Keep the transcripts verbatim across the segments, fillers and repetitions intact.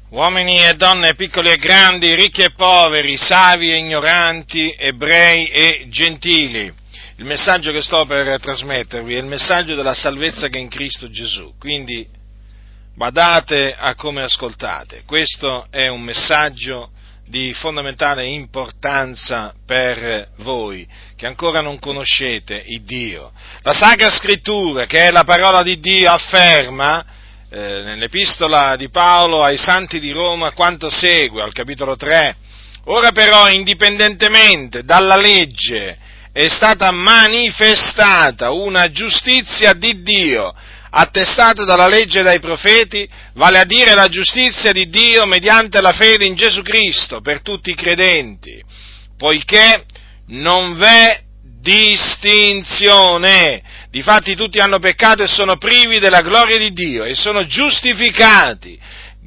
Uomini e donne, piccoli e grandi, ricchi e poveri, savi e ignoranti, ebrei e gentili. Il messaggio che sto per trasmettervi è il messaggio della salvezza che è in Cristo Gesù, quindi badate a come ascoltate. Questo è un messaggio di fondamentale importanza per voi, che ancora non conoscete il Dio. La Sacra Scrittura, che è la parola di Dio, afferma eh, nell'Epistola di Paolo ai Santi di Roma quanto segue, al capitolo tre. Ora però, indipendentemente dalla legge, è stata manifestata una giustizia di Dio, attestata dalla legge e dai profeti, vale a dire la giustizia di Dio mediante la fede in Gesù Cristo per tutti i credenti, poiché non v'è distinzione. Difatti tutti hanno peccato e sono privi della gloria di Dio e sono giustificati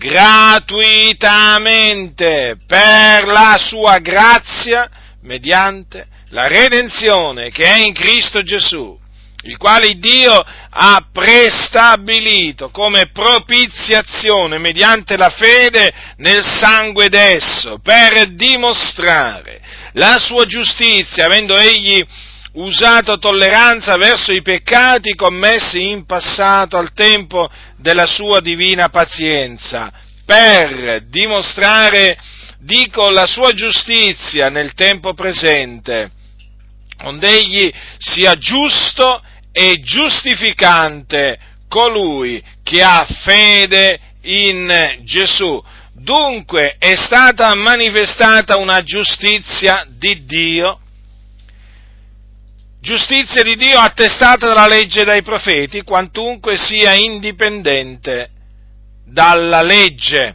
gratuitamente per la sua grazia mediante la redenzione che è in Cristo Gesù, il quale Dio ha prestabilito come propiziazione mediante la fede nel sangue d'esso, per dimostrare la sua giustizia, avendo egli usato tolleranza verso i peccati commessi in passato al tempo della sua divina pazienza, per dimostrare, dico, la sua giustizia nel tempo presente, onde egli sia giusto e giustificante colui che ha fede in Gesù. Dunque è stata manifestata una giustizia di Dio, giustizia di Dio attestata dalla legge e dai profeti, quantunque sia indipendente dalla legge.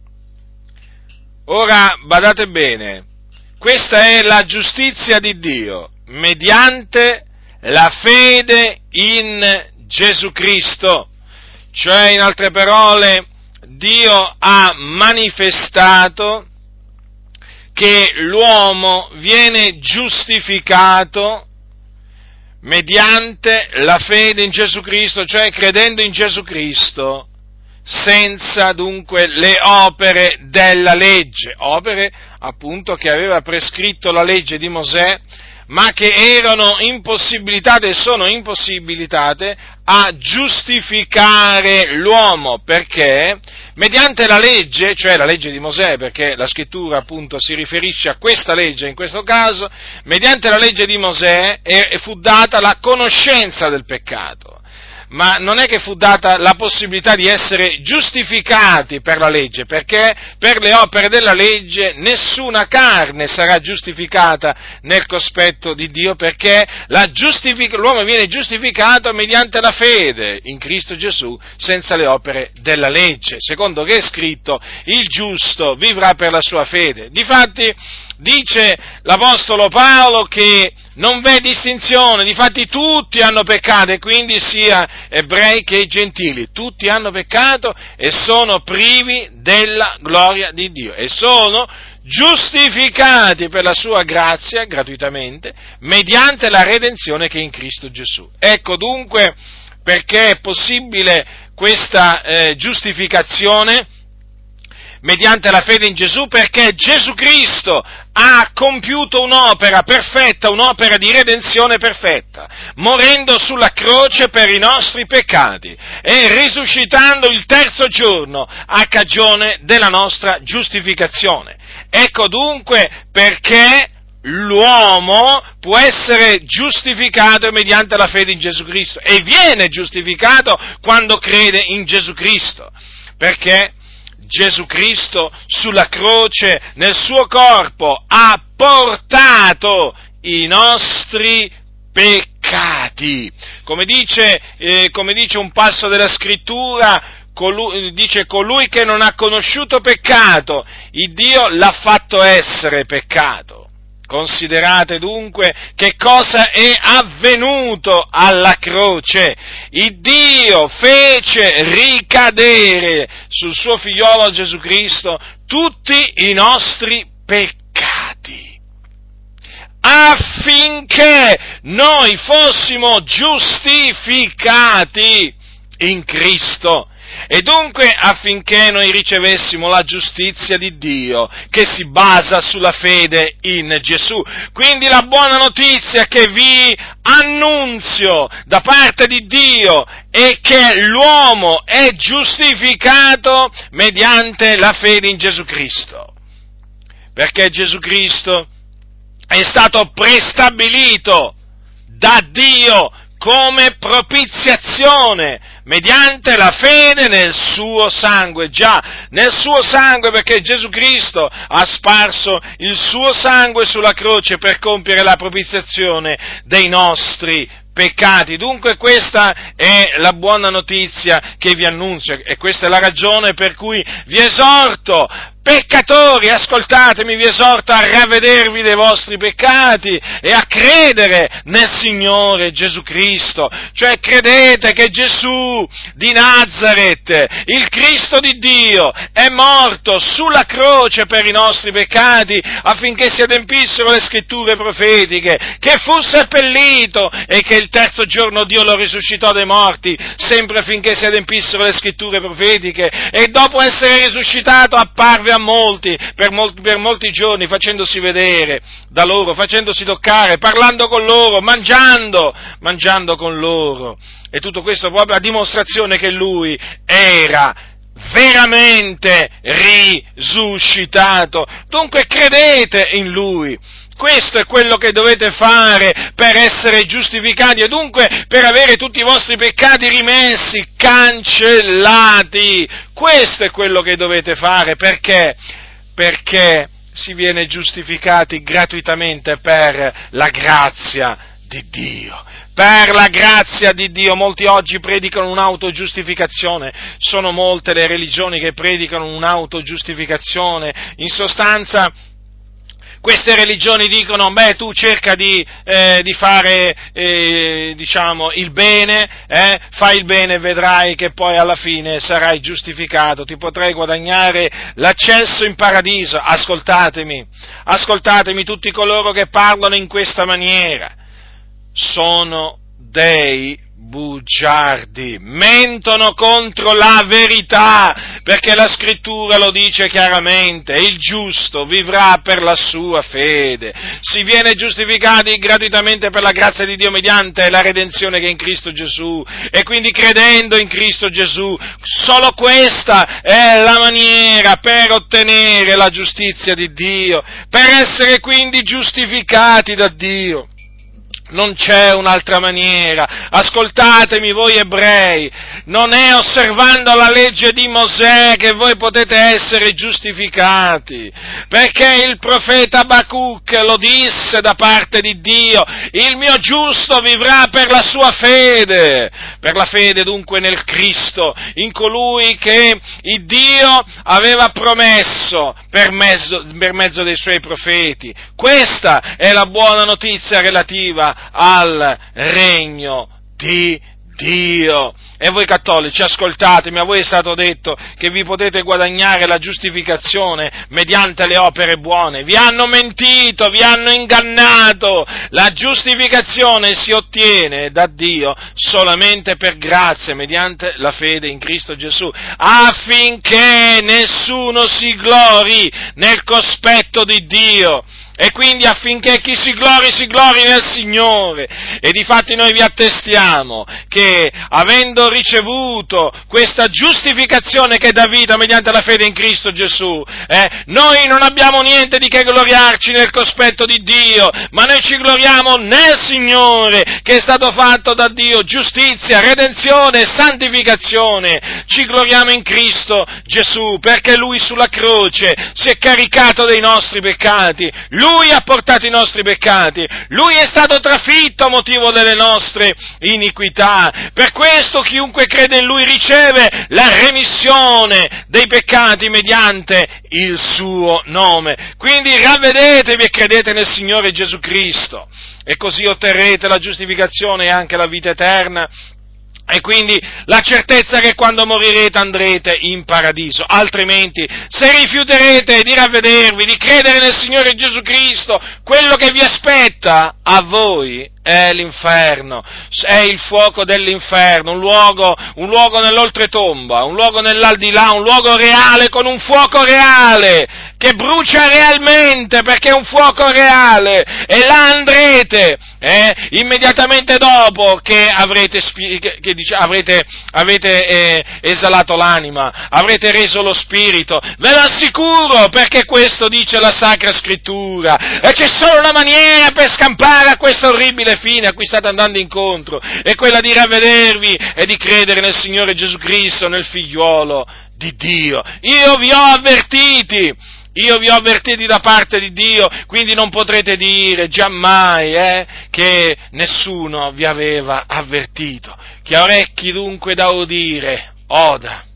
Ora, badate bene, questa è la giustizia di Dio, mediante la fede in Gesù Cristo, cioè, in altre parole, Dio ha manifestato che l'uomo viene giustificato mediante la fede in Gesù Cristo, cioè credendo in Gesù Cristo, senza dunque le opere della legge, opere appunto che aveva prescritto la legge di Mosè, ma che erano impossibilitate e sono impossibilitate a giustificare l'uomo, perché mediante la legge, cioè la legge di Mosè, perché la scrittura appunto si riferisce a questa legge in questo caso, mediante la legge di Mosè fu data la conoscenza del peccato. Ma non è che fu data la possibilità di essere giustificati per la legge, perché per le opere della legge nessuna carne sarà giustificata nel cospetto di Dio, perché la giustific- l'uomo viene giustificato mediante la fede in Cristo Gesù senza le opere della legge, secondo che è scritto: il giusto vivrà per la sua fede. Difatti dice l'Apostolo Paolo che non v'è distinzione, difatti tutti hanno peccato, e quindi sia ebrei che gentili, tutti hanno peccato e sono privi della gloria di Dio e sono giustificati per la sua grazia gratuitamente mediante la redenzione che è in Cristo Gesù. Ecco dunque perché è possibile questa eh, giustificazione mediante la fede in Gesù, perché Gesù Cristo ha compiuto un'opera perfetta, un'opera di redenzione perfetta, morendo sulla croce per i nostri peccati e risuscitando il terzo giorno a cagione della nostra giustificazione. Ecco dunque perché l'uomo può essere giustificato mediante la fede in Gesù Cristo, e viene giustificato quando crede in Gesù Cristo, perché Gesù Cristo sulla croce, nel suo corpo, ha portato i nostri peccati. Come dice, eh, come dice un passo della Scrittura, colui, dice: colui che non ha conosciuto peccato, il Dio l'ha fatto essere peccato. Considerate dunque che cosa è avvenuto alla croce. Il Dio fece ricadere sul suo figliolo Gesù Cristo tutti i nostri peccati, affinché noi fossimo giustificati in Cristo E dunque affinché noi ricevessimo la giustizia di Dio che si basa sulla fede in Gesù. Quindi la buona notizia che vi annunzio da parte di Dio è che l'uomo è giustificato mediante la fede in Gesù Cristo. Perché Gesù Cristo è stato prestabilito da Dio come propiziazione mediante la fede nel suo sangue, già nel suo sangue, perché Gesù Cristo ha sparso il suo sangue sulla croce per compiere la propiziazione dei nostri peccati. Dunque questa è la buona notizia che vi annunzio e questa è la ragione per cui vi esorto, peccatori, ascoltatemi, vi esorto a ravvedervi dei vostri peccati e a credere nel Signore Gesù Cristo, cioè credete che Gesù di Nazaret, il Cristo di Dio, è morto sulla croce per i nostri peccati affinché si adempissero le scritture profetiche, che fu seppellito e che il terzo giorno Dio lo risuscitò dai morti, sempre affinché si adempissero le scritture profetiche, e dopo essere risuscitato apparve a molti per, molti, per molti giorni, facendosi vedere da loro, facendosi toccare, parlando con loro, mangiando, mangiando con loro, e tutto questo proprio a dimostrazione che Lui era veramente risuscitato. Dunque credete in Lui. Questo è quello che dovete fare per essere giustificati e dunque per avere tutti i vostri peccati rimessi, cancellati. Questo è quello che dovete fare. Perché? Perché si viene giustificati gratuitamente per la grazia di Dio. Per la grazia di Dio. Molti oggi predicano un'autogiustificazione, sono molte le religioni che predicano un'autogiustificazione. In sostanza, queste religioni dicono, beh, tu cerca di, eh, di fare, eh, diciamo, il bene, eh, fai il bene e vedrai che poi alla fine sarai giustificato, ti potrai guadagnare l'accesso in paradiso. Ascoltatemi, ascoltatemi, tutti coloro che parlano in questa maniera sono dei bugiardi, mentono contro la verità, perché la scrittura lo dice chiaramente, il giusto vivrà per la sua fede, si viene giustificati gratuitamente per la grazia di Dio mediante la redenzione che è in Cristo Gesù, e quindi credendo in Cristo Gesù, solo questa è la maniera per ottenere la giustizia di Dio, per essere quindi giustificati da Dio. Non c'è un'altra maniera. Ascoltatemi voi ebrei, non è osservando la legge di Mosè che voi potete essere giustificati, perché il profeta Abacuc lo disse da parte di Dio, il mio giusto vivrà per la sua fede, per la fede dunque nel Cristo, in colui che il Dio aveva promesso per mezzo, per mezzo dei suoi profeti. Questa è la buona notizia relativa al regno di Dio. E voi cattolici, ascoltatemi, a voi è stato detto che vi potete guadagnare la giustificazione mediante le opere buone. Vi hanno mentito, vi hanno ingannato. La giustificazione si ottiene da Dio solamente per grazia, mediante la fede in Cristo Gesù, affinché nessuno si glori nel cospetto di Dio. E quindi affinché chi si glori, si glori nel Signore. E difatti noi vi attestiamo che, avendo ricevuto questa giustificazione che dà vita mediante la fede in Cristo Gesù, eh, noi non abbiamo niente di che gloriarci nel cospetto di Dio, ma noi ci gloriamo nel Signore, che è stato fatto da Dio giustizia, redenzione e santificazione. Ci gloriamo in Cristo Gesù, perché Lui sulla croce si è caricato dei nostri peccati. Lui ha portato i nostri peccati, Lui è stato trafitto a motivo delle nostre iniquità. Per questo chiunque crede in Lui riceve la remissione dei peccati mediante il suo nome. Quindi ravvedetevi e credete nel Signore Gesù Cristo, e così otterrete la giustificazione e anche la vita eterna. E quindi la certezza che quando morirete andrete in paradiso, altrimenti se rifiuterete di ravvedervi, di credere nel Signore Gesù Cristo, quello che vi aspetta a voi è l'inferno, è il fuoco dell'inferno, un luogo, un luogo nell'oltretomba, un luogo nell'aldilà, un luogo reale con un fuoco reale, che brucia realmente, perché è un fuoco reale, e là andrete, eh, immediatamente dopo che avrete, che, che dice, avrete, avrete eh, esalato l'anima, avrete reso lo spirito, ve lo assicuro, perché questo dice la Sacra Scrittura, e c'è solo una maniera per scampare a questa orribile fine a cui state andando incontro, è quella di ravvedervi e di credere nel Signore Gesù Cristo, nel Figliuolo di Dio. Io vi ho avvertiti, io vi ho avvertiti da parte di Dio, quindi non potrete dire giammai eh, che nessuno vi aveva avvertito. Chi ha orecchi dunque da udire, oda.